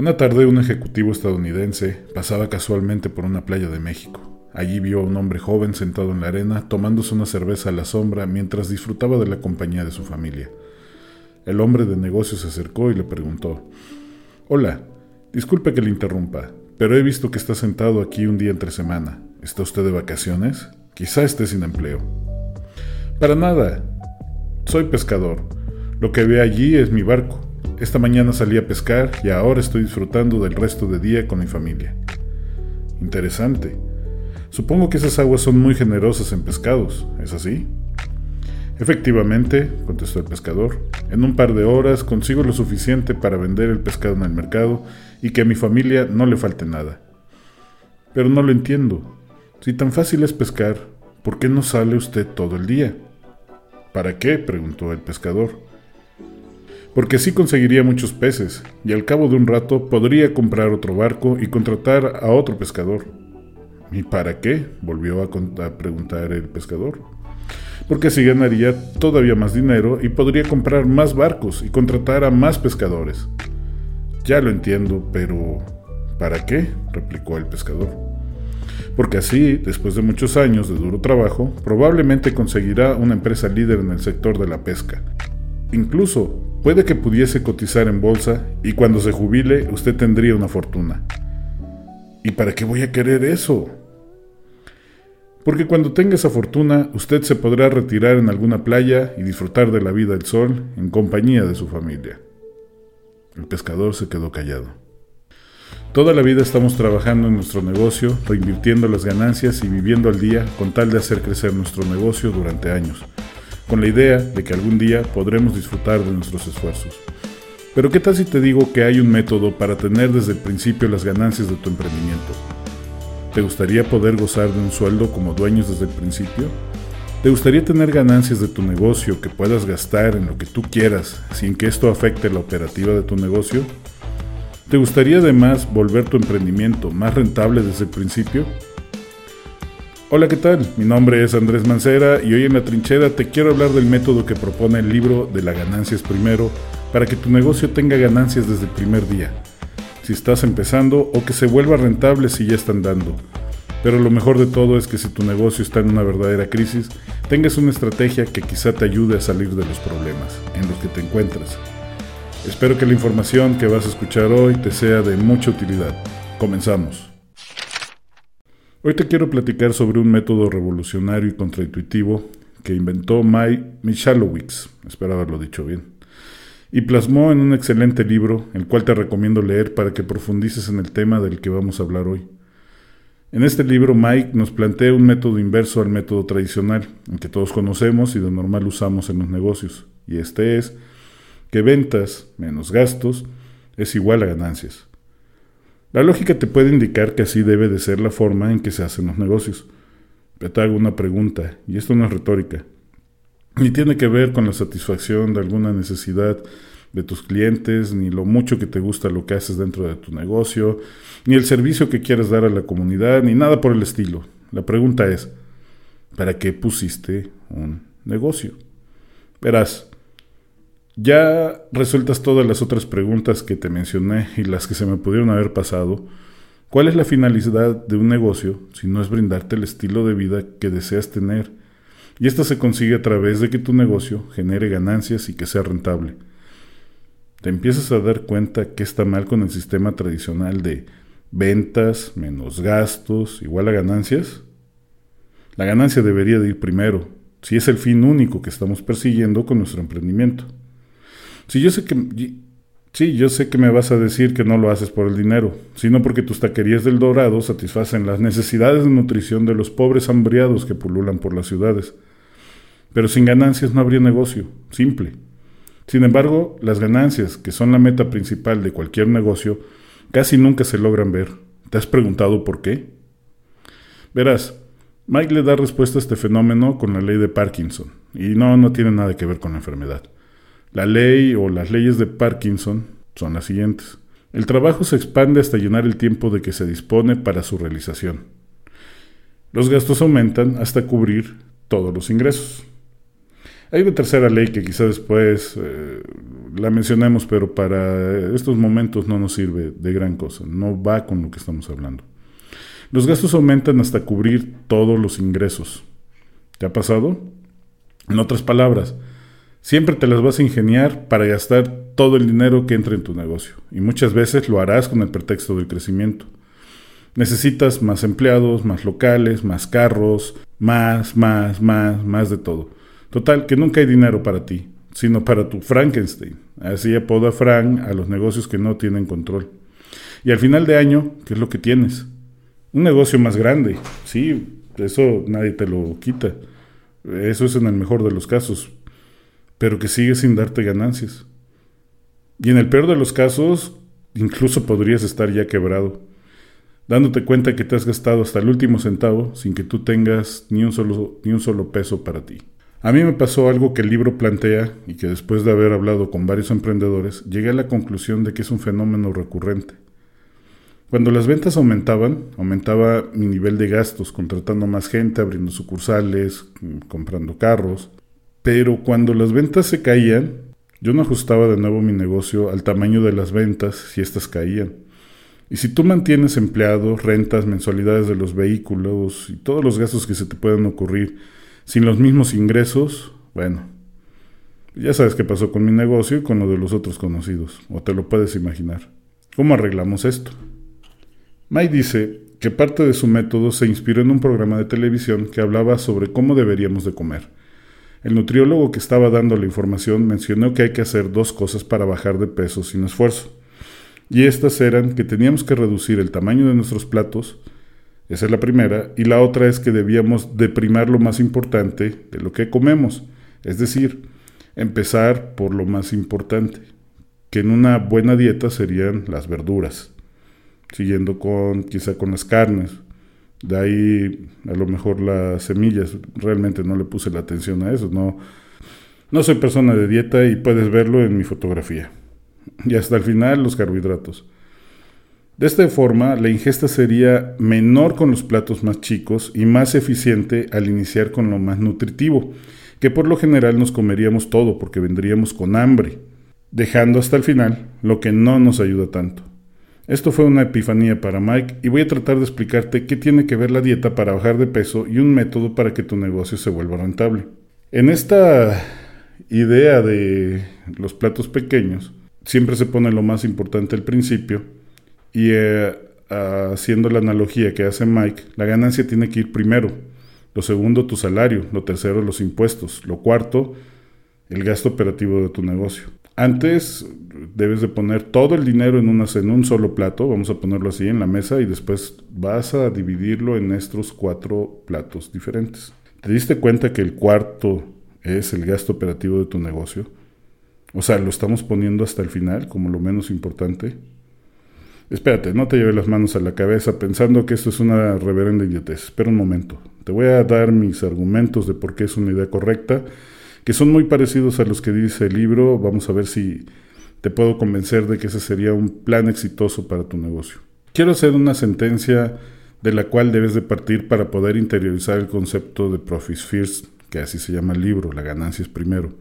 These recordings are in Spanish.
Una tarde un ejecutivo estadounidense pasaba casualmente por una playa de México. Allí vio a un hombre joven sentado en la arena tomándose una cerveza a la sombra mientras disfrutaba de la compañía de su familia. El hombre de negocios se acercó y le preguntó: «Hola, disculpe que le interrumpa, pero he visto que está sentado aquí un día entre semana. ¿Está usted de vacaciones? Quizá esté sin empleo». «Para nada. Soy pescador. Lo que ve allí es mi barco. Esta mañana salí a pescar y ahora estoy disfrutando del resto de día con mi familia». «Interesante. Supongo que esas aguas son muy generosas en pescados, ¿es así?» «Efectivamente», contestó el pescador. «En un par de horas consigo lo suficiente para vender el pescado en el mercado y que a mi familia no le falte nada». «Pero no lo entiendo. Si tan fácil es pescar, ¿por qué no sale usted todo el día?» «¿Para qué?», preguntó el pescador. «Porque así conseguiría muchos peces, y al cabo de un rato podría comprar otro barco y contratar a otro pescador». «¿Y para qué?», volvió a preguntar el pescador. «Porque así ganaría todavía más dinero y podría comprar más barcos y contratar a más pescadores». «Ya lo entiendo, pero ¿para qué?», replicó el pescador. «Porque así, después de muchos años de duro trabajo, probablemente conseguirá una empresa líder en el sector de la pesca. Incluso puede que pudiese cotizar en bolsa y cuando se jubile usted tendría una fortuna». «¿Y para qué voy a querer eso?». «Porque cuando tenga esa fortuna, usted se podrá retirar en alguna playa y disfrutar de la vida del sol en compañía de su familia». El pescador se quedó callado. Toda la vida estamos trabajando en nuestro negocio, reinvirtiendo las ganancias y viviendo al día con tal de hacer crecer nuestro negocio durante años, con la idea de que algún día podremos disfrutar de nuestros esfuerzos. Pero ¿qué tal si te digo que hay un método para tener desde el principio las ganancias de tu emprendimiento? ¿Te gustaría poder gozar de un sueldo como dueños desde el principio? ¿Te gustaría tener ganancias de tu negocio que puedas gastar en lo que tú quieras sin que esto afecte la operativa de tu negocio? ¿Te gustaría además volver tu emprendimiento más rentable desde el principio? Hola, ¿qué tal? Mi nombre es Andrés Mancera y hoy en La Trinchera te quiero hablar del método que propone el libro de La ganancia es primero para que tu negocio tenga ganancias desde el primer día, si estás empezando, o que se vuelva rentable si ya están dando. Pero lo mejor de todo es que si tu negocio está en una verdadera crisis, tengas una estrategia que quizá te ayude a salir de los problemas en los que te encuentras. Espero que la información que vas a escuchar hoy te sea de mucha utilidad. Comenzamos. Hoy te quiero platicar sobre un método revolucionario y contraintuitivo que inventó Mike Michalowicz, espero haberlo dicho bien, y plasmó en un excelente libro, el cual te recomiendo leer para que profundices en el tema del que vamos a hablar hoy. En este libro, Mike nos plantea un método inverso al método tradicional, el que todos conocemos y de normal usamos en los negocios, y este es que ventas menos gastos es igual a ganancias. La lógica te puede indicar que así debe de ser la forma en que se hacen los negocios. Pero te hago una pregunta, y esto no es retórica, ni tiene que ver con la satisfacción de alguna necesidad de tus clientes, ni lo mucho que te gusta lo que haces dentro de tu negocio, ni el servicio que quieres dar a la comunidad, ni nada por el estilo. La pregunta es, ¿para qué pusiste un negocio? Verás, ya resueltas todas las otras preguntas que te mencioné y las que se me pudieron haber pasado, ¿cuál es la finalidad de un negocio si no es brindarte el estilo de vida que deseas tener? Y esta se consigue a través de que tu negocio genere ganancias y que sea rentable. ¿Te empiezas a dar cuenta que está mal con el sistema tradicional de ventas menos gastos igual a ganancias? La ganancia debería de ir primero, si es el fin único que estamos persiguiendo con nuestro emprendimiento. Yo sé que me vas a decir que no lo haces por el dinero, sino porque tus taquerías del Dorado satisfacen las necesidades de nutrición de los pobres hambriados que pululan por las ciudades. Pero sin ganancias no habría negocio, simple. Sin embargo, las ganancias, que son la meta principal de cualquier negocio, casi nunca se logran ver. ¿Te has preguntado por qué? Verás, Mike le da respuesta a este fenómeno con la ley de Parkinson, y no tiene nada que ver con la enfermedad. La ley o las leyes de Parkinson son las siguientes. El trabajo se expande hasta llenar el tiempo de que se dispone para su realización. Los gastos aumentan hasta cubrir todos los ingresos. Hay una tercera ley que quizá después la mencionemos, pero para estos momentos no nos sirve de gran cosa, no va con lo que estamos hablando. Los gastos aumentan hasta cubrir todos los ingresos. ¿Te ha pasado? En otras palabras, siempre te las vas a ingeniar para gastar todo el dinero que entra en tu negocio, y muchas veces lo harás con el pretexto del crecimiento. Necesitas más empleados, más locales, más carros, más de todo. Total, que nunca hay dinero para ti, sino para tu Frankenstein. Así apoda Frank a los negocios que no tienen control. Y al final de año, ¿qué es lo que tienes? Un negocio más grande. Sí, eso nadie te lo quita. Eso es en el mejor de los casos. Pero que sigue sin darte ganancias. Y en el peor de los casos, incluso podrías estar ya quebrado, dándote cuenta que te has gastado hasta el último centavo sin que tú tengas ni un solo peso para ti. A mí me pasó algo que el libro plantea y que después de haber hablado con varios emprendedores, llegué a la conclusión de que es un fenómeno recurrente. Cuando las ventas aumentaban, aumentaba mi nivel de gastos, contratando más gente, abriendo sucursales, comprando carros. Pero cuando las ventas se caían, yo no ajustaba de nuevo mi negocio al tamaño de las ventas si éstas caían. Y si tú mantienes empleados, rentas, mensualidades de los vehículos y todos los gastos que se te puedan ocurrir sin los mismos ingresos, bueno, ya sabes qué pasó con mi negocio y con lo de los otros conocidos, o te lo puedes imaginar. ¿Cómo arreglamos esto? Mike dice que parte de su método se inspiró en un programa de televisión que hablaba sobre cómo deberíamos de comer. El nutriólogo que estaba dando la información mencionó que hay que hacer 2 cosas para bajar de peso sin esfuerzo. Y estas eran que teníamos que reducir el tamaño de nuestros platos, esa es la primera, y la otra es que debíamos de primar lo más importante de lo que comemos, es decir, empezar por lo más importante, que en una buena dieta serían las verduras, siguiendo quizá con las carnes, de ahí a lo mejor las semillas. Realmente no le puse la atención a eso, no soy persona de dieta y puedes verlo en mi fotografía. Y hasta el final los carbohidratos. De esta forma, la ingesta sería menor con los platos más chicos y más eficiente al iniciar con lo más nutritivo, que por lo general nos comeríamos todo porque vendríamos con hambre, dejando hasta el final lo que no nos ayuda tanto. Esto fue una epifanía para Mike y voy a tratar de explicarte qué tiene que ver la dieta para bajar de peso y un método para que tu negocio se vuelva rentable. En esta idea de los platos pequeños, siempre se pone lo más importante al principio y haciendo la analogía que hace Mike, la ganancia tiene que ir primero, lo segundo tu salario, lo tercero los impuestos, lo cuarto el gasto operativo de tu negocio. Antes debes de poner todo el dinero en un solo plato, vamos a ponerlo así en la mesa, y después vas a dividirlo en estos 4 platos diferentes. ¿Te diste cuenta que el cuarto es el gasto operativo de tu negocio? O sea, lo estamos poniendo hasta el final como lo menos importante. Espérate, no te lleves las manos a la cabeza pensando que esto es una reverenda idiotez. Espera un momento. Te voy a dar mis argumentos de por qué es una idea correcta, que son muy parecidos a los que dice el libro. Vamos a ver si te puedo convencer de que ese sería un plan exitoso para tu negocio. Quiero hacer una sentencia de la cual debes de partir para poder interiorizar el concepto de Profits First, que así se llama el libro, la ganancia es primero.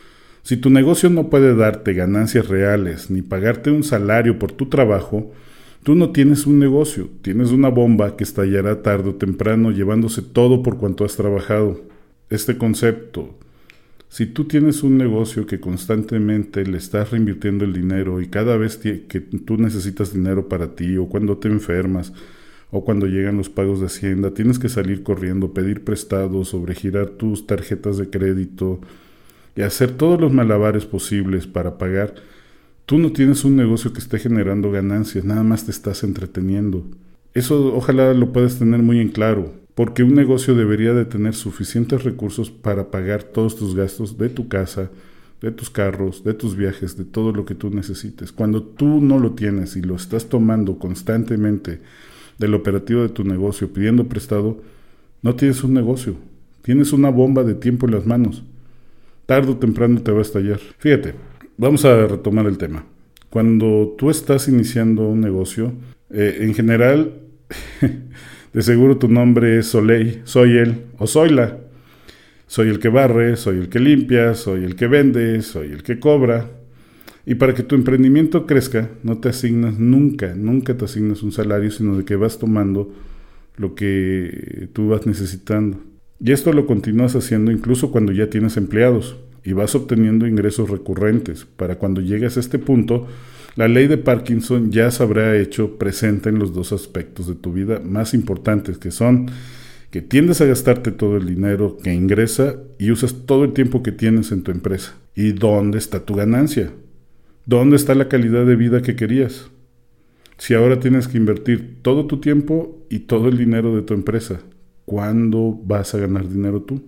Si tu negocio no puede darte ganancias reales ni pagarte un salario por tu trabajo, tú no tienes un negocio, tienes una bomba que estallará tarde o temprano llevándose todo por cuanto has trabajado. Este concepto, si tú tienes un negocio que constantemente le estás reinvirtiendo el dinero y cada vez que tú necesitas dinero para ti, o cuando te enfermas, o cuando llegan los pagos de Hacienda, tienes que salir corriendo, pedir prestado, sobregirar tus tarjetas de crédito y hacer todos los malabares posibles para pagar, tú no tienes un negocio que esté generando ganancias, nada más te estás entreteniendo. Eso ojalá lo puedas tener muy en claro, porque un negocio debería de tener suficientes recursos para pagar todos tus gastos de tu casa, de tus carros, de tus viajes, de todo lo que tú necesites. Cuando tú no lo tienes y lo estás tomando constantemente del operativo de tu negocio pidiendo prestado, no tienes un negocio, tienes una bomba de tiempo en las manos. Tarde o temprano te va a estallar. Fíjate, vamos a retomar el tema. Cuando tú estás iniciando un negocio, en general, de seguro tu nombre es Soleil, Soy él o Soyla. Soy el que barre, soy el que limpia, soy el que vende, soy el que cobra. Y para que tu emprendimiento crezca, no te asignas nunca te asignas un salario, sino de que vas tomando lo que tú vas necesitando. Y esto lo continúas haciendo incluso cuando ya tienes empleados y vas obteniendo ingresos recurrentes. Para cuando llegues a este punto, la ley de Parkinson ya se habrá hecho presente en los dos aspectos de tu vida más importantes, que son que tiendes a gastarte todo el dinero que ingresa y usas todo el tiempo que tienes en tu empresa. ¿Y dónde está tu ganancia? ¿Dónde está la calidad de vida que querías? Si ahora tienes que invertir todo tu tiempo y todo el dinero de tu empresa, ¿cuándo vas a ganar dinero tú?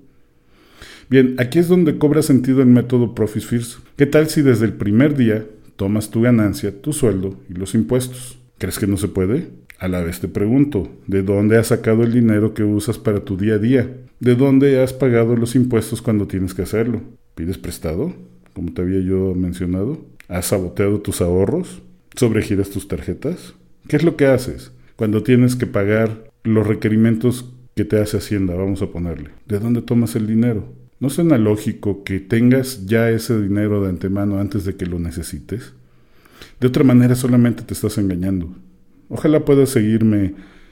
Bien, aquí es donde cobra sentido el método Profit First. ¿Qué tal si desde el primer día tomas tu ganancia, tu sueldo y los impuestos? ¿Crees que no se puede? A la vez te pregunto, ¿de dónde has sacado el dinero que usas para tu día a día? ¿De dónde has pagado los impuestos cuando tienes que hacerlo? ¿Pides prestado, como te había yo mencionado? ¿Has saboteado tus ahorros? ¿Sobregiras tus tarjetas? ¿Qué es lo que haces cuando tienes que pagar los requerimientos que te hace Hacienda? Vamos a ponerle. ¿De dónde tomas el dinero? ¿No suena lógico que tengas ya ese dinero de antemano antes de que lo necesites? De otra manera solamente te estás engañando. Ojalá puedas seguirme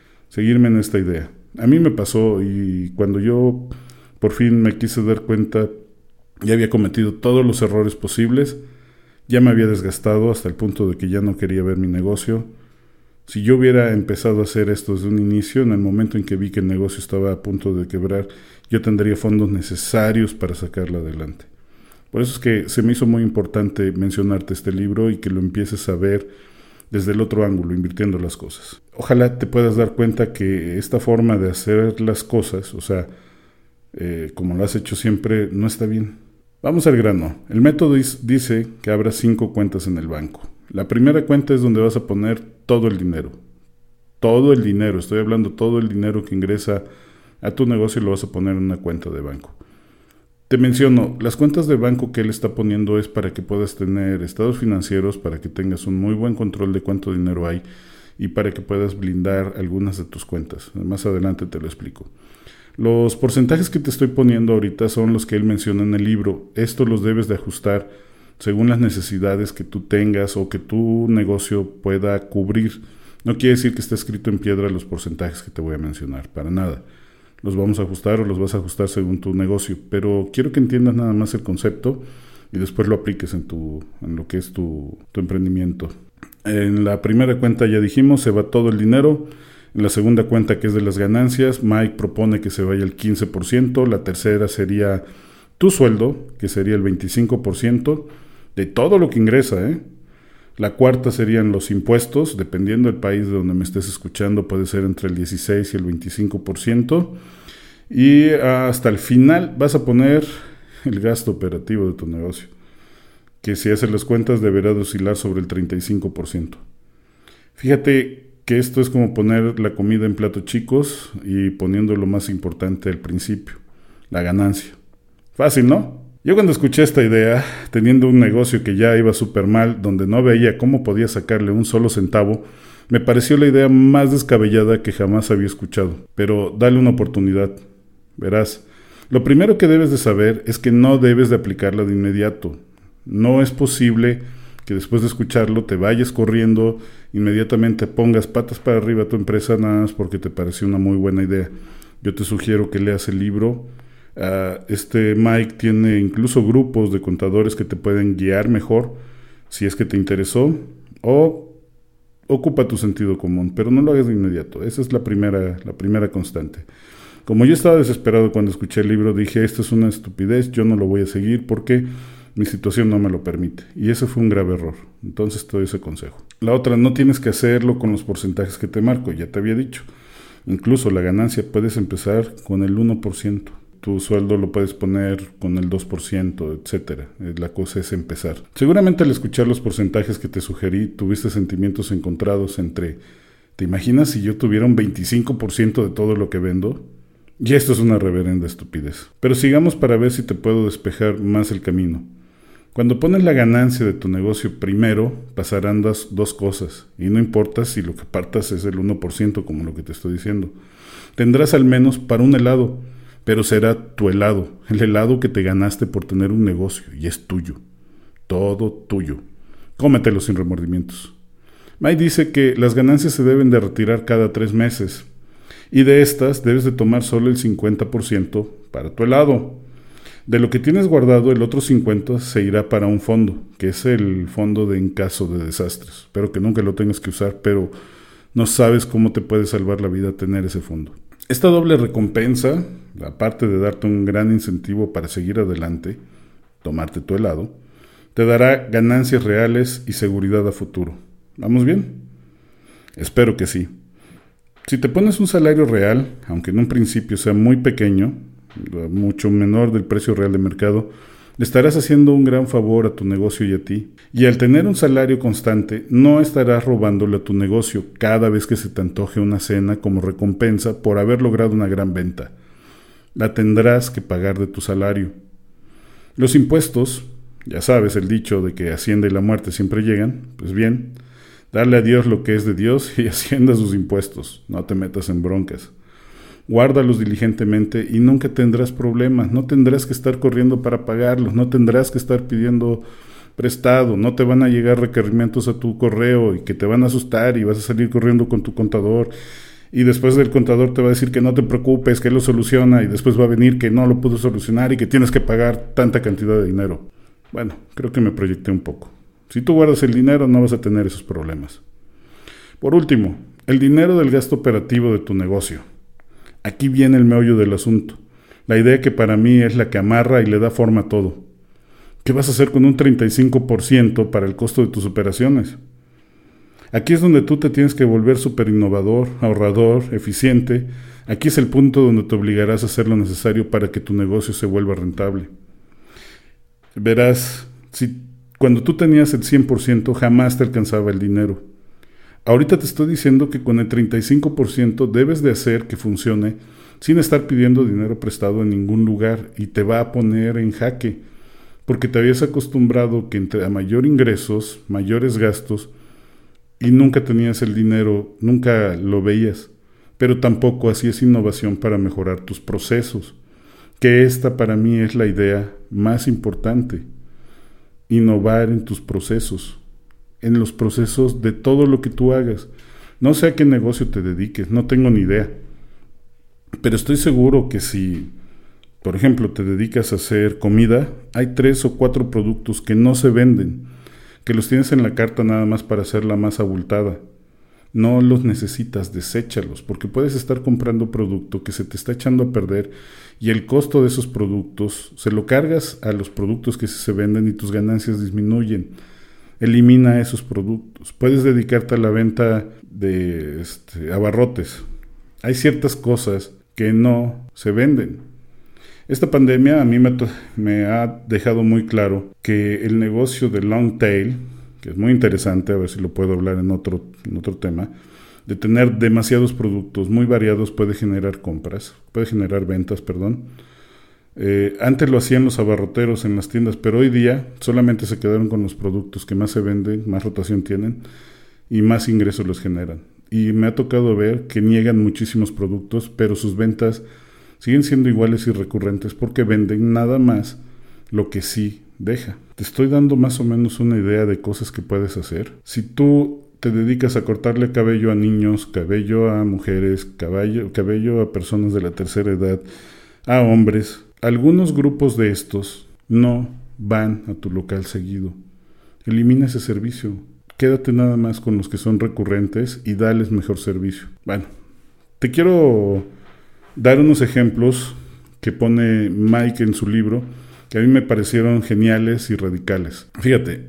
en esta idea. A mí me pasó y cuando yo por fin me quise dar cuenta, ya había cometido todos los errores posibles, ya me había desgastado hasta el punto de que ya no quería ver mi negocio. Si yo hubiera empezado a hacer esto desde un inicio, en el momento en que vi que el negocio estaba a punto de quebrar, yo tendría fondos necesarios para sacarlo adelante. Por eso es que se me hizo muy importante mencionarte este libro y que lo empieces a ver desde el otro ángulo, invirtiendo las cosas. Ojalá te puedas dar cuenta que esta forma de hacer las cosas, o sea, como lo has hecho siempre, no está bien. Vamos al grano. El método dice que abras 5 cuentas en el banco. La primera cuenta es donde vas a poner todo el dinero. Todo el dinero, estoy hablando todo el dinero que ingresa a tu negocio lo vas a poner en una cuenta de banco. Te menciono, las cuentas de banco que él está poniendo es para que puedas tener estados financieros, para que tengas un muy buen control de cuánto dinero hay y para que puedas blindar algunas de tus cuentas. Más adelante te lo explico. Los porcentajes que te estoy poniendo ahorita son los que él menciona en el libro. Esto los debes de ajustar según las necesidades que tú tengas o que tu negocio pueda cubrir. No quiere decir que esté escrito en piedra los porcentajes que te voy a mencionar, para nada. Los vamos a ajustar o los vas a ajustar según tu negocio, pero quiero que entiendas nada más el concepto y después lo apliques en lo que es tu emprendimiento. En la primera cuenta ya dijimos, se va todo el dinero. En la segunda cuenta, que es de las ganancias, Mike propone que se vaya el 15%. La tercera sería tu sueldo, que sería el 25% de todo lo que ingresa, La cuarta serían los impuestos, dependiendo del país de donde me estés escuchando, puede ser entre el 16 y el 25%. Y hasta el final vas a poner el gasto operativo de tu negocio, que si haces las cuentas deberá de oscilar sobre el 35%. Fíjate que esto es como poner la comida en platos chicos y poniendo lo más importante al principio, la ganancia. Fácil, ¿no? Yo cuando escuché esta idea, teniendo un negocio que ya iba súper mal, donde no veía cómo podía sacarle un solo centavo, me pareció la idea más descabellada que jamás había escuchado. Pero dale una oportunidad. Verás, lo primero que debes de saber es que no debes de aplicarla de inmediato. No es posible que después de escucharlo te vayas corriendo, inmediatamente pongas patas para arriba a tu empresa nada más porque te pareció una muy buena idea. Yo te sugiero que leas el libro. Mike tiene incluso grupos de contadores que te pueden guiar mejor si es que te interesó, o ocupa tu sentido común, pero no lo hagas de inmediato. Esa es la primera constante. Como yo estaba desesperado cuando escuché el libro, dije, esto es una estupidez, yo no lo voy a seguir porque mi situación no me lo permite, y ese fue un grave error. Entonces te doy ese consejo. La otra, no tienes que hacerlo con los porcentajes que te marco, ya te había dicho. Incluso la ganancia puedes empezar con el 1%. Tu sueldo lo puedes poner con el 2%, etcétera. La cosa es empezar. Seguramente al escuchar los porcentajes que te sugerí, tuviste sentimientos encontrados entre, ¿te imaginas si yo tuviera un 25% de todo lo que vendo? Y esto es una reverenda estupidez. Pero sigamos para ver si te puedo despejar más el camino. Cuando pones la ganancia de tu negocio primero, pasarán dos cosas. Y no importa si lo que partas es el 1%, como lo que te estoy diciendo. Tendrás al menos para un helado. pero será tu helado, el helado que te ganaste por tener un negocio y es tuyo, todo tuyo. Cómetelo sin remordimientos. May dice que las ganancias se deben de retirar cada 3 meses y de estas debes de tomar solo el 50% para tu helado. De lo que tienes guardado, el otro 50% se irá para un fondo, que es el fondo de en caso de desastres. Espero que nunca lo tengas que usar, pero no sabes cómo te puede salvar la vida tener ese fondo. Esta doble recompensa, aparte de darte un gran incentivo para seguir adelante, tomarte tu helado, te dará ganancias reales y seguridad a futuro. ¿Vamos bien? Espero que sí. Si te pones un salario real, aunque en un principio sea muy pequeño, mucho menor del precio real de mercado, le estarás haciendo un gran favor a tu negocio y a ti. Y al tener un salario constante, no estarás robándole a tu negocio cada vez que se te antoje una cena como recompensa por haber logrado una gran venta. La tendrás que pagar de tu salario. Los impuestos, ya sabes el dicho de que Hacienda y la muerte siempre llegan, pues bien, darle a Dios lo que es de Dios y Hacienda sus impuestos, no te metas en broncas. Guárdalos diligentemente y nunca tendrás problemas, no tendrás que estar corriendo para pagarlos, no tendrás que estar pidiendo prestado, no te van a llegar requerimientos a tu correo y que te van a asustar y vas a salir corriendo con tu contador y después del contador te va a decir que no te preocupes, que él lo soluciona y después va a venir que no lo pudo solucionar y que tienes que pagar tanta cantidad de dinero. Bueno, creo que me proyecté un poco. Si tú guardas el dinero no vas a tener esos problemas. Por último, el dinero del gasto operativo de tu negocio. Aquí viene el meollo del asunto. La idea que para mí es la que amarra y le da forma a todo. ¿Qué vas a hacer con un 35% para el costo de tus operaciones? Aquí es donde tú te tienes que volver súper innovador, ahorrador, eficiente. Aquí es el punto donde te obligarás a hacer lo necesario para que tu negocio se vuelva rentable. Verás, cuando tú tenías el 100% jamás te alcanzaba el dinero. Ahorita te estoy diciendo que con el 35% debes de hacer que funcione sin estar pidiendo dinero prestado en ningún lugar y te va a poner en jaque, porque te habías acostumbrado que entre a mayor ingresos, mayores gastos y nunca tenías el dinero, nunca lo veías, pero tampoco hacías innovación para mejorar tus procesos, que esta para mí es la idea más importante, innovar en tus procesos. En los procesos de todo lo que tú hagas. No sé a qué negocio te dediques, no tengo ni idea. Pero estoy seguro que si, por ejemplo, te dedicas a hacer comida, hay 3 o 4 productos que no se venden, que los tienes en la carta nada más para hacerla más abultada. No los necesitas, deséchalos, porque puedes estar comprando producto que se te está echando a perder y el costo de esos productos se lo cargas a los productos que se venden y tus ganancias disminuyen. Elimina esos productos. Puedes dedicarte a la venta de abarrotes. Hay ciertas cosas que no se venden. Esta pandemia a mí me ha dejado muy claro que el negocio de long tail, que es muy interesante, a ver si lo puedo hablar en otro tema, de tener demasiados productos muy variados puede generar ventas, Antes lo hacían los abarroteros en las tiendas, pero hoy día solamente se quedaron con los productos que más se venden, más rotación tienen y más ingresos los generan. Y me ha tocado ver que niegan muchísimos productos, pero sus ventas siguen siendo iguales y recurrentes porque venden nada más lo que sí deja. Te estoy dando más o menos una idea de cosas que puedes hacer. Si tú te dedicas a cortarle cabello a niños, cabello a mujeres, cabello a personas de la tercera edad, a hombres, algunos grupos de estos no van a tu local seguido. Elimina ese servicio. Quédate nada más con los que son recurrentes y dales mejor servicio. Bueno, te quiero dar unos ejemplos que pone Mike en su libro que a mí me parecieron geniales y radicales. Fíjate,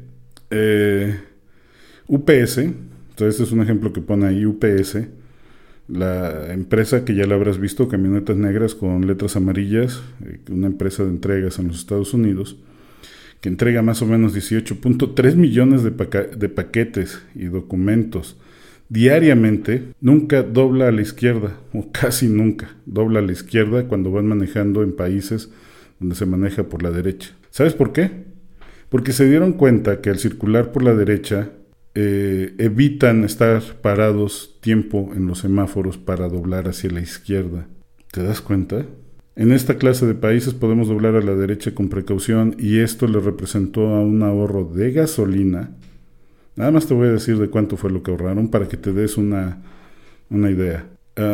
UPS, entonces este es un ejemplo que pone ahí UPS, la empresa que ya la habrás visto, camionetas negras con letras amarillas, una empresa de entregas en los Estados Unidos, que entrega más o menos 18.3 millones de paquetes y documentos diariamente, nunca dobla a la izquierda, o casi nunca dobla a la izquierda cuando van manejando en países donde se maneja por la derecha. ¿Sabes por qué? Porque se dieron cuenta que al circular por la derecha evitan estar parados tiempo en los semáforos para doblar hacia la izquierda. ¿Te das cuenta? En esta clase de países podemos doblar a la derecha con precaución y esto le representó a un ahorro de gasolina. Nada más te voy a decir de cuánto fue lo que ahorraron para que te des una idea.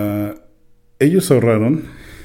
Ellos ahorraron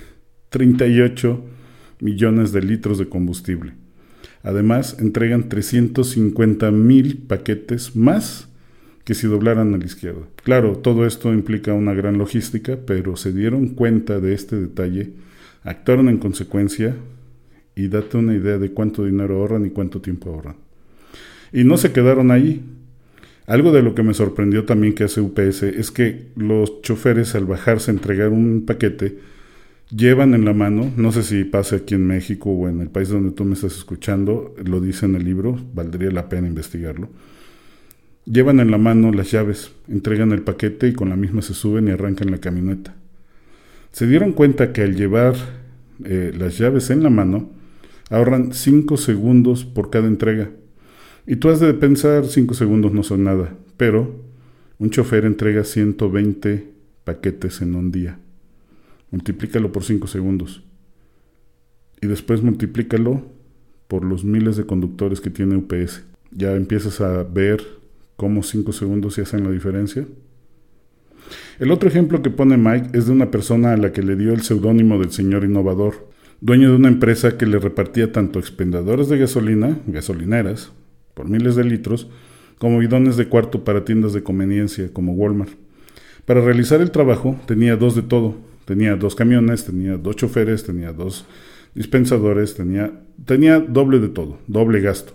38 millones de litros de combustible. Además, entregan 350,000 paquetes más que si doblaran a la izquierda. Claro, todo esto implica una gran logística, pero se dieron cuenta de este detalle, actuaron en consecuencia y date una idea de cuánto dinero ahorran y cuánto tiempo ahorran. Y no se quedaron ahí. Algo de lo que me sorprendió también que hace UPS es que los choferes al bajarse a entregar un paquete llevan en la mano, no sé si pasa aquí en México o en el país donde tú me estás escuchando, lo dice en el libro, valdría la pena investigarlo. Llevan en la mano las llaves, entregan el paquete y con la misma se suben y arrancan la camioneta. Se dieron cuenta que al llevar las llaves en la mano, ahorran 5 segundos por cada entrega. Y tú has de pensar 5 segundos no son nada, pero un chofer entrega 120 paquetes en un día. Multiplícalo por 5 segundos. Y después multiplícalo por los miles de conductores que tiene UPS. Ya empiezas a ver cómo 5 segundos se hacen la diferencia. El otro ejemplo que pone Mike es de una persona a la que le dio el seudónimo del señor innovador, dueño de una empresa que le repartía tanto expendedores de gasolina, gasolineras, por miles de litros, como bidones de cuarto para tiendas de conveniencia como Walmart. Para realizar el trabajo tenía 2 de todo. Tenía 2 camiones, tenía 2 choferes, tenía 2 dispensadores, tenía doble de todo, doble gasto.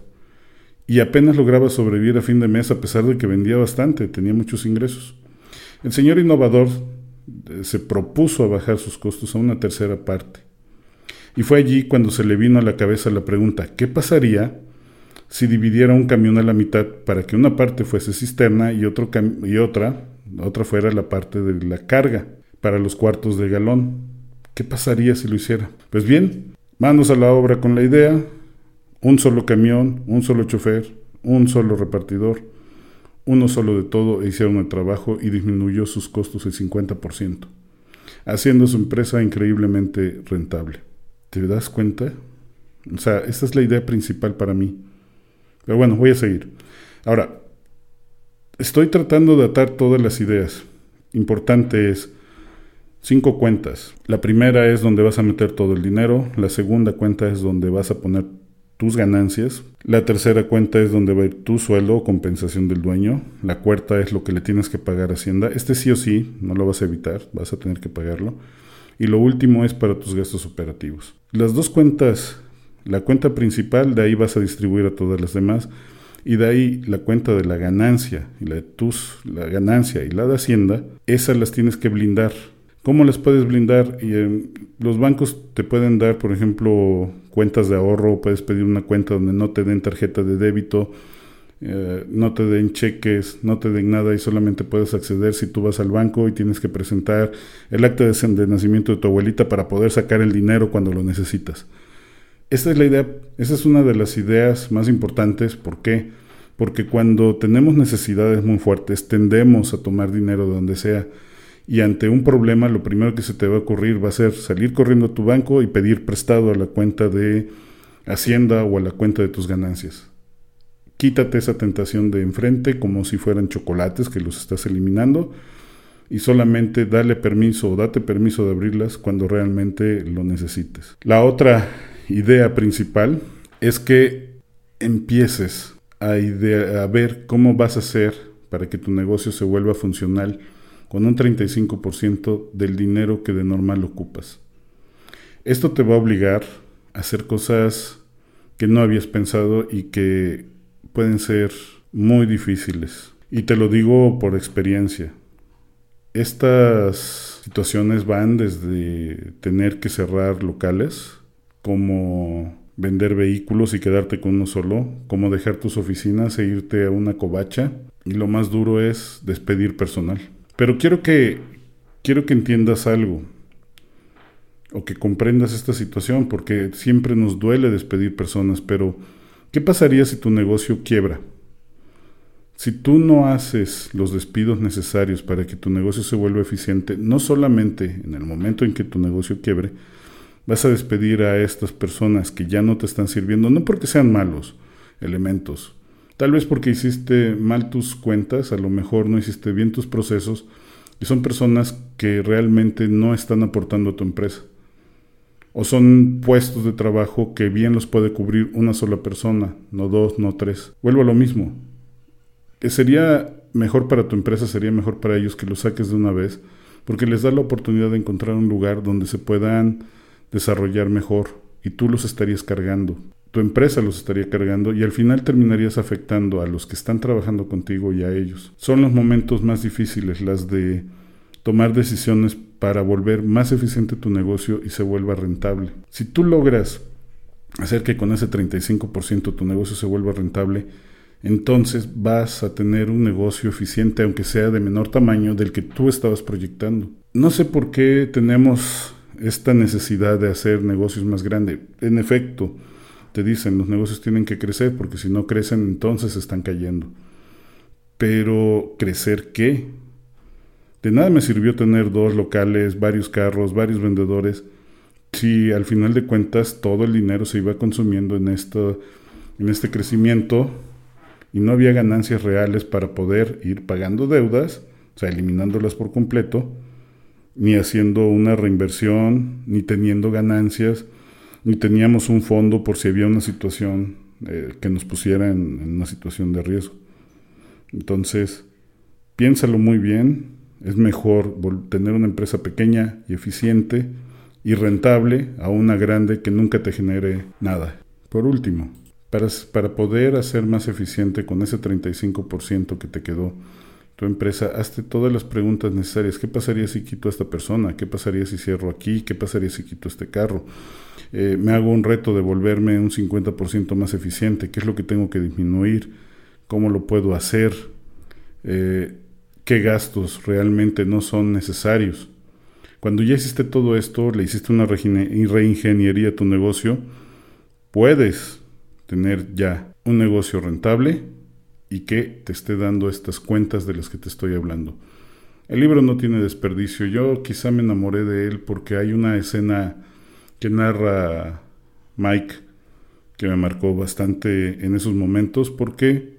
Y apenas lograba sobrevivir a fin de mes a pesar de que vendía bastante, tenía muchos ingresos. El señor innovador se propuso a bajar sus costos a una tercera parte. Y fue allí cuando se le vino a la cabeza la pregunta, ¿qué pasaría si dividiera un camión a la mitad para que una parte fuese cisterna y otra fuera la parte de la carga para los cuartos de galón? ¿Qué pasaría si lo hiciera? Pues bien, manos a la obra con la idea, un solo camión, un solo chofer, un solo repartidor, uno solo de todo, e hicieron el trabajo y disminuyó sus costos el 50%, haciendo su empresa increíblemente rentable. ¿Te das cuenta? O sea, esta es la idea principal para mí. Pero bueno, voy a seguir. Ahora, estoy tratando de atar todas las ideas. Importante es 5 cuentas. La primera es donde vas a meter todo el dinero. La segunda cuenta es donde vas a poner tus ganancias. La tercera cuenta es donde va a ir tu sueldo o compensación del dueño. La cuarta es lo que le tienes que pagar a Hacienda. Sí o sí, no lo vas a evitar, vas a tener que pagarlo. Y lo último es para tus gastos operativos. Las 2 cuentas, la cuenta principal, de ahí vas a distribuir a todas las demás. Y de ahí la cuenta de la ganancia y la ganancia y la de Hacienda, esas las tienes que blindar. ¿Cómo las puedes blindar? Los bancos te pueden dar, por ejemplo, cuentas de ahorro, puedes pedir una cuenta donde no te den tarjeta de débito, no te den cheques, no te den nada y solamente puedes acceder si tú vas al banco y tienes que presentar el acta de nacimiento de tu abuelita para poder sacar el dinero cuando lo necesitas. Esta es la idea, esa es una de las ideas más importantes. ¿Por qué? Porque cuando tenemos necesidades muy fuertes tendemos a tomar dinero de donde sea. Y ante un problema, lo primero que se te va a ocurrir va a ser salir corriendo a tu banco y pedir prestado a la cuenta de Hacienda o a la cuenta de tus ganancias. Quítate esa tentación de enfrente como si fueran chocolates que los estás eliminando y solamente date permiso de abrirlas cuando realmente lo necesites. La otra idea principal es que empieces a ver cómo vas a hacer para que tu negocio se vuelva funcional con un 35% del dinero que de normal ocupas. Esto te va a obligar a hacer cosas que no habías pensado y que pueden ser muy difíciles. Y te lo digo por experiencia. Estas situaciones van desde tener que cerrar locales, como vender vehículos y quedarte con uno solo, como dejar tus oficinas e irte a una covacha, y lo más duro es despedir personal. Pero quiero que entiendas algo, o que comprendas esta situación, porque siempre nos duele despedir personas, pero ¿qué pasaría si tu negocio quiebra? Si tú no haces los despidos necesarios para que tu negocio se vuelva eficiente, no solamente en el momento en que tu negocio quiebre, Vas a despedir a estas personas que ya no te están sirviendo, no porque sean malos elementos, tal vez porque hiciste mal tus cuentas, a lo mejor no hiciste bien tus procesos, y son personas que realmente no están aportando a tu empresa. O son puestos de trabajo que bien los puede cubrir una sola persona, no dos, no tres. Vuelvo a lo mismo. Sería mejor para tu empresa, sería mejor para ellos que los saques de una vez, porque les da la oportunidad de encontrar un lugar donde se puedan desarrollar mejor, y tú los estarías cargando. Tu empresa los estaría cargando y al final terminarías afectando a los que están trabajando contigo y a ellos. Son los momentos más difíciles, las de tomar decisiones para volver más eficiente tu negocio y se vuelva rentable. Si tú logras hacer que con ese 35% tu negocio se vuelva rentable, entonces vas a tener un negocio eficiente, aunque sea de menor tamaño del que tú estabas proyectando. No sé por qué tenemos esta necesidad de hacer negocios más grandes. En efecto, te dicen, los negocios tienen que crecer, porque si no crecen, entonces están cayendo. Pero, ¿crecer qué? De nada me sirvió tener 2 locales, varios carros, varios vendedores, si al final de cuentas todo el dinero se iba consumiendo en este crecimiento y no había ganancias reales para poder ir pagando deudas, o sea, eliminándolas por completo, ni haciendo una reinversión, ni teniendo ganancias, ni teníamos un fondo por si había una situación que nos pusiera en una situación de riesgo. Entonces, piénsalo muy bien. Es mejor tener una empresa pequeña y eficiente y rentable a una grande que nunca te genere nada. Por último, para poder hacer más eficiente con ese 35% que te quedó tu empresa, hazte todas las preguntas necesarias. ¿Qué pasaría si quito a esta persona? ¿Qué pasaría si cierro aquí? ¿Qué pasaría si quito este carro? Me hago un reto de volverme un 50% más eficiente. ¿Qué es lo que tengo que disminuir? ¿Cómo lo puedo hacer? ¿Qué gastos realmente no son necesarios? Cuando ya hiciste todo esto, le hiciste una reingeniería a tu negocio, puedes tener ya un negocio rentable y que te esté dando estas cuentas de las que te estoy hablando. El libro no tiene desperdicio. Yo quizá me enamoré de él porque hay una escena que narra Mike que me marcó bastante en esos momentos, porque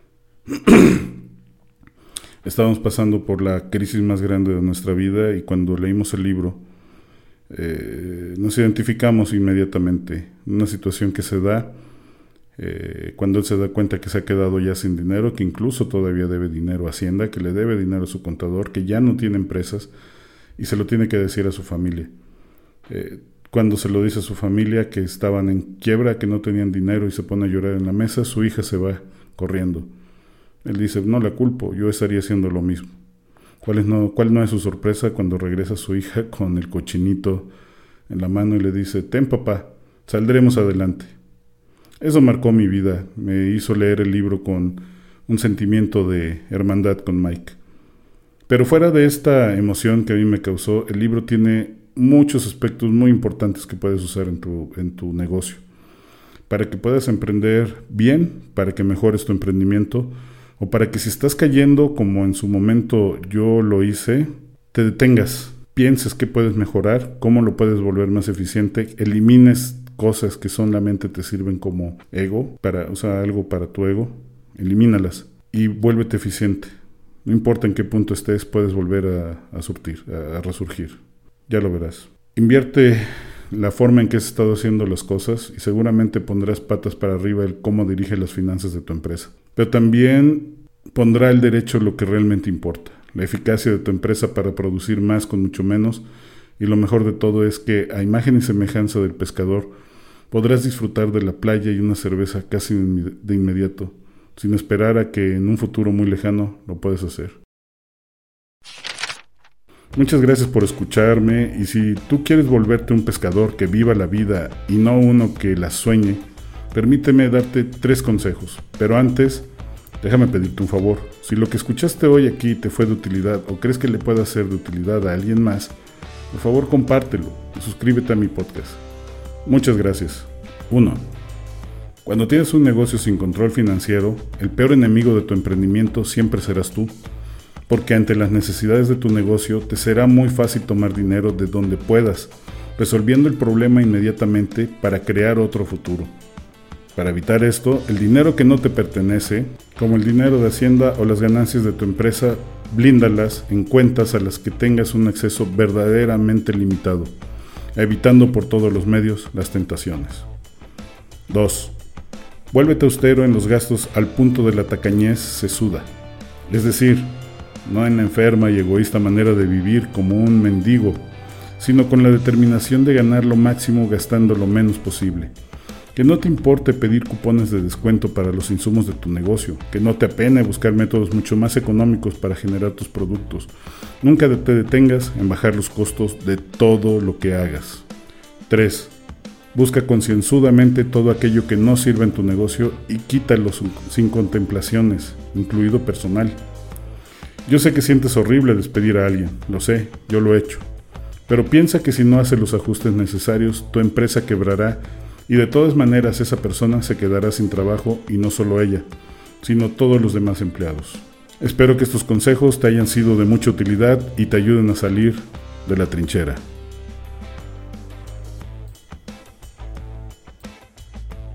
estábamos pasando por la crisis más grande de nuestra vida y cuando leímos el libro nos identificamos inmediatamente. Una situación que se da cuando él se da cuenta que se ha quedado ya sin dinero, que incluso todavía debe dinero a Hacienda, que le debe dinero a su contador, que ya no tiene empresas y se lo tiene que decir a su familia. Cuando se lo dice a su familia que estaban en quiebra, que no tenían dinero y se pone a llorar en la mesa, su hija se va corriendo. Él dice, no la culpo, yo estaría haciendo lo mismo. ¿Cuál no es su sorpresa cuando regresa su hija con el cochinito en la mano y le dice, ten papá, saldremos adelante? Eso marcó mi vida, me hizo leer el libro con un sentimiento de hermandad con Mike. Pero fuera de esta emoción que a mí me causó, el libro tiene muchos aspectos muy importantes que puedes usar en tu negocio, para que puedas emprender bien, para que mejores tu emprendimiento, o para que si estás cayendo, como en su momento yo lo hice, te detengas, pienses qué puedes mejorar, cómo lo puedes volver más eficiente, elimines cosas que solamente te sirven como ego, algo para tu ego, elimínalas y vuélvete eficiente. No importa en qué punto estés, puedes volver a resurgir. Ya lo verás. Invierte la forma en que has estado haciendo las cosas y seguramente pondrás patas para arriba el cómo dirige las finanzas de tu empresa. Pero también pondrá el derecho lo que realmente importa, la eficacia de tu empresa para producir más con mucho menos, y lo mejor de todo es que, a imagen y semejanza del pescador, podrás disfrutar de la playa y una cerveza casi de inmediato, sin esperar a que en un futuro muy lejano lo puedas hacer. Muchas gracias por escucharme, y si tú quieres volverte un pescador que viva la vida y no uno que la sueñe, permíteme darte 3 consejos. Pero antes, déjame pedirte un favor. Si lo que escuchaste hoy aquí te fue de utilidad o crees que le pueda ser de utilidad a alguien más, por favor compártelo y suscríbete a mi podcast. Muchas gracias. 1. Cuando tienes un negocio sin control financiero, el peor enemigo de tu emprendimiento siempre serás tú, porque ante las necesidades de tu negocio te será muy fácil tomar dinero de donde puedas, resolviendo el problema inmediatamente para crear otro futuro. Para evitar esto, el dinero que no te pertenece, como el dinero de Hacienda o las ganancias de tu empresa, blíndalas en cuentas a las que tengas un acceso verdaderamente limitado, evitando por todos los medios las tentaciones. 2. Vuélvete austero en los gastos al punto de la tacañez sesuda, es decir, no en la enferma y egoísta manera de vivir como un mendigo, sino con la determinación de ganar lo máximo gastando lo menos posible. Que no te importe pedir cupones de descuento para los insumos de tu negocio, que no te apene buscar métodos mucho más económicos para generar tus productos. Nunca te detengas en bajar los costos de todo lo que hagas. 3. Busca concienzudamente todo aquello que no sirva en tu negocio y quítalo sin contemplaciones, incluido personal. Yo sé que sientes horrible despedir a alguien, lo sé, yo lo he hecho. Pero piensa que si no haces los ajustes necesarios, tu empresa quebrará y de todas maneras esa persona se quedará sin trabajo y no solo ella, sino todos los demás empleados. Espero que estos consejos te hayan sido de mucha utilidad y te ayuden a salir de la trinchera.